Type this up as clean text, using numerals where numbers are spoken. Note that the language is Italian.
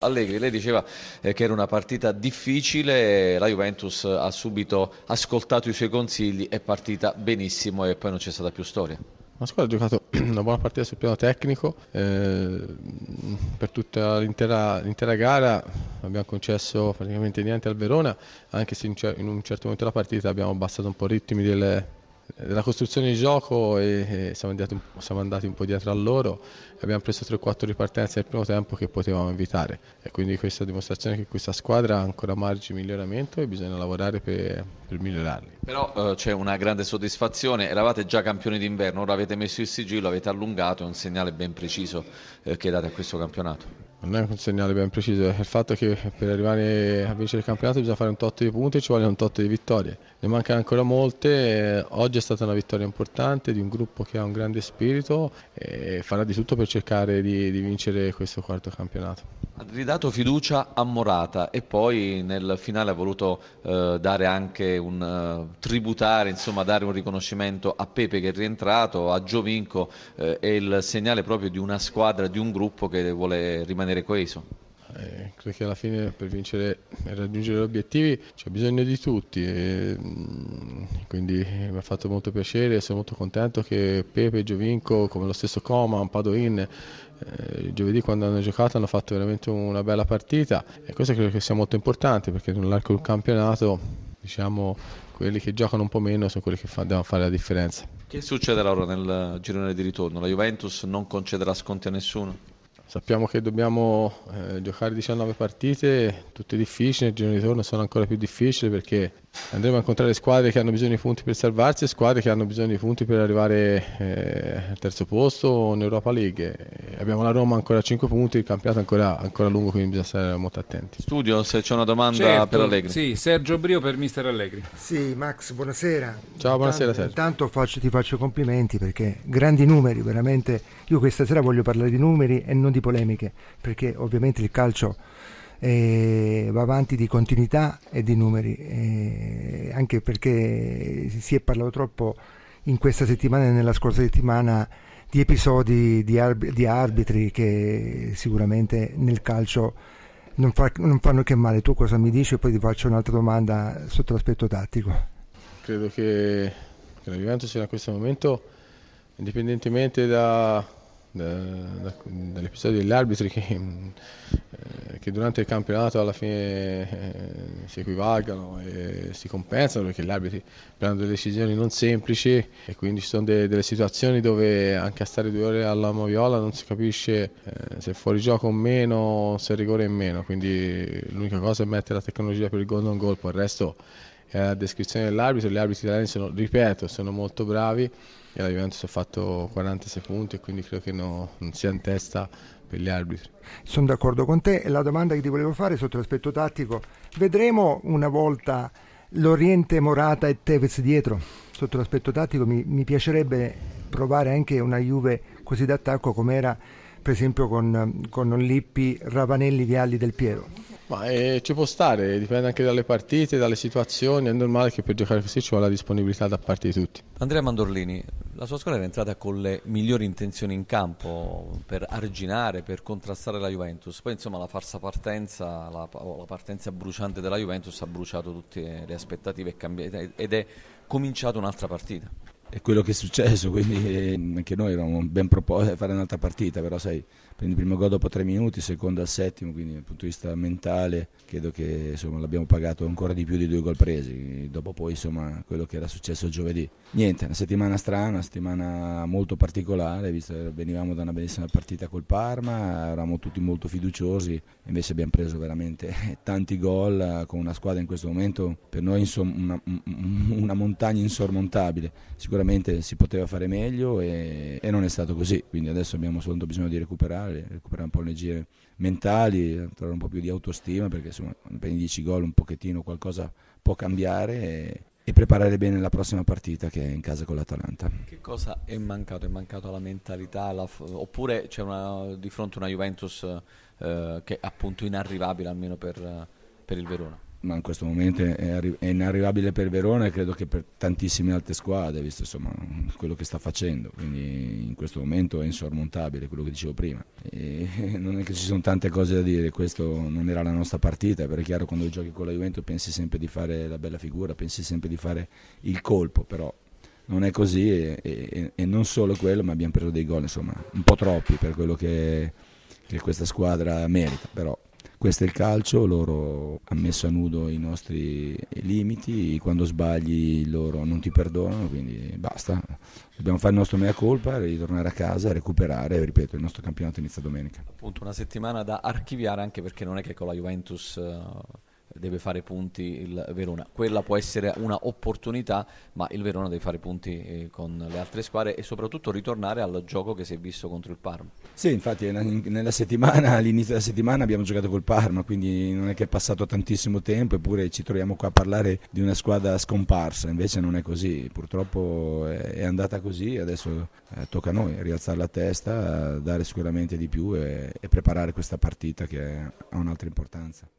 Allegri, lei diceva che era una partita difficile, la Juventus ha subito ascoltato i suoi consigli, è partita benissimo e poi non c'è stata più storia. La squadra ha giocato una buona partita sul piano tecnico, per tutta l'intera gara abbiamo concesso praticamente niente al Verona, anche se in un certo momento della partita abbiamo abbassato un po' i ritmi della costruzione di gioco e siamo andati un po' dietro a loro e abbiamo preso 3-4 ripartenze nel primo tempo che potevamo evitare, e quindi questa dimostrazione che questa squadra ha ancora margini di miglioramento e bisogna lavorare per migliorarli. Però c'è una grande soddisfazione, eravate già campioni d'inverno, ora avete messo il sigillo, avete allungato, è un segnale ben preciso che date a questo campionato. Non è un segnale ben preciso, è il fatto che per arrivare a vincere il campionato bisogna fare un tot di punti e ci vogliono un tot di vittorie. Ne mancano ancora molte, oggi è stata una vittoria importante di un gruppo che ha un grande spirito e farà di tutto per cercare di vincere questo quarto campionato. Ha ridato fiducia a Morata e poi nel finale ha voluto dare anche un tributare, insomma dare un riconoscimento a Pepe che è rientrato, a Giovinco, è il segnale proprio di una squadra, di un gruppo che vuole rimanere coeso. Credo che alla fine per vincere e raggiungere gli obiettivi c'è bisogno di tutti quindi mi ha fatto molto piacere e sono molto contento che Pepe, Giovinco, come lo stesso Coman, Padoin, giovedì quando hanno giocato hanno fatto veramente una bella partita, e questo credo che sia molto importante perché nell'arco del campionato, diciamo, quelli che giocano un po' meno sono quelli che devono fare la differenza. Che succederà ora nel girone di ritorno? La Juventus non concederà sconti a nessuno? Sappiamo che dobbiamo giocare 19 partite, tutte difficili, il girone di ritorno sono ancora più difficili perché andremo a incontrare squadre che hanno bisogno di punti per salvarsi e squadre che hanno bisogno di punti per arrivare al terzo posto o in Europa League. Abbiamo la Roma ancora a 5 punti, il campionato è ancora lungo, quindi bisogna stare molto attenti. Studio, se c'è una domanda per Certo, Allegri. sì, Sergio Brio per mister Allegri. Sì, Max, buonasera. Ciao, buonasera Sergio. Intanto ti faccio complimenti perché grandi numeri, veramente. Io questa sera voglio parlare di numeri e non di polemiche, perché ovviamente il calcio va avanti di continuità e di numeri, anche perché si è parlato troppo in questa settimana e nella scorsa settimana di episodi di arbitri che sicuramente nel calcio non fanno che male. Tu cosa mi dici? E poi ti faccio un'altra domanda sotto l'aspetto tattico. Credo che la Juventus in questo momento, indipendentemente dall'episodio degli arbitri che durante il campionato alla fine si equivalgano e si compensano, perché gli arbitri prendono delle decisioni non semplici e quindi ci sono delle situazioni dove anche a stare 2 ore alla moviola non si capisce se è fuori gioco o meno, se è rigore o meno, quindi l'unica cosa è mettere la tecnologia per il golden goal, poi il resto è la descrizione dell'arbitro. Gli arbitri italiani sono molto bravi e la Juventus ha fatto 46 punti e quindi credo che non sia in testa per gli arbitri. Sono d'accordo con te, e la domanda che ti volevo fare sotto l'aspetto tattico: vedremo una volta Loriente, Morata e Tevez dietro? Sotto l'aspetto tattico mi piacerebbe provare anche una Juve così d'attacco come era per esempio con Lippi, Ravanelli, Vialli, Del Piero. Ma ci può stare, dipende anche dalle partite, dalle situazioni, è normale che per giocare così ci vuole la disponibilità da parte di tutti. Andrea Mandorlini, la sua squadra è entrata con le migliori intenzioni in campo per arginare, per contrastare la Juventus. Poi insomma la falsa partenza, la partenza bruciante della Juventus ha bruciato tutte le aspettative ed è cominciata un'altra partita. È quello che è successo, quindi anche noi eravamo ben proposti a fare un'altra partita, però sai, prendi il primo gol dopo 3 minuti, il secondo al settimo, quindi dal punto di vista mentale credo che insomma, l'abbiamo pagato ancora di più di 2 gol presi, dopo poi insomma quello che era successo giovedì. Niente, una settimana strana, una settimana molto particolare, visto che venivamo da una bellissima partita col Parma, eravamo tutti molto fiduciosi, invece abbiamo preso veramente tanti gol con una squadra in questo momento per noi una montagna insormontabile. Sicuramente si poteva fare meglio e non è stato così, quindi adesso abbiamo soltanto bisogno di recuperare un po' le energie mentali, trovare un po' più di autostima, perché insomma quando prendi 10 gol un pochettino qualcosa può cambiare e preparare bene la prossima partita che è in casa con l'Atalanta. Che cosa è mancato? È mancato la mentalità, oppure c'è di fronte una Juventus che è appunto inarrivabile almeno per il Verona? ma in questo momento è inarrivabile per Verona e credo che per tantissime altre squadre, visto insomma quello che sta facendo, quindi in questo momento è insormontabile, quello che dicevo prima. E non è che ci sono tante cose da dire, questo non era la nostra partita, perché è chiaro quando giochi con la Juventus pensi sempre di fare la bella figura, pensi sempre di fare il colpo, però non è così e non solo quello, ma abbiamo preso dei gol insomma un po' troppi per quello che questa squadra merita, però questo è il calcio, loro hanno messo a nudo i nostri limiti, quando sbagli loro non ti perdonano, quindi basta, dobbiamo fare il nostro mea culpa, ritornare a casa, recuperare, ripeto, il nostro campionato inizia domenica. Appunto una settimana da archiviare, anche perché non è che con la Juventus deve fare punti il Verona, quella può essere una opportunità, ma il Verona deve fare punti con le altre squadre e soprattutto ritornare al gioco che si è visto contro il Parma. Sì, infatti nella settimana, all'inizio della settimana abbiamo giocato col Parma, quindi non è che è passato tantissimo tempo, eppure ci troviamo qua a parlare di una squadra scomparsa, invece non è così, purtroppo è andata così, adesso tocca a noi rialzare la testa, dare sicuramente di più e preparare questa partita che ha un'altra importanza.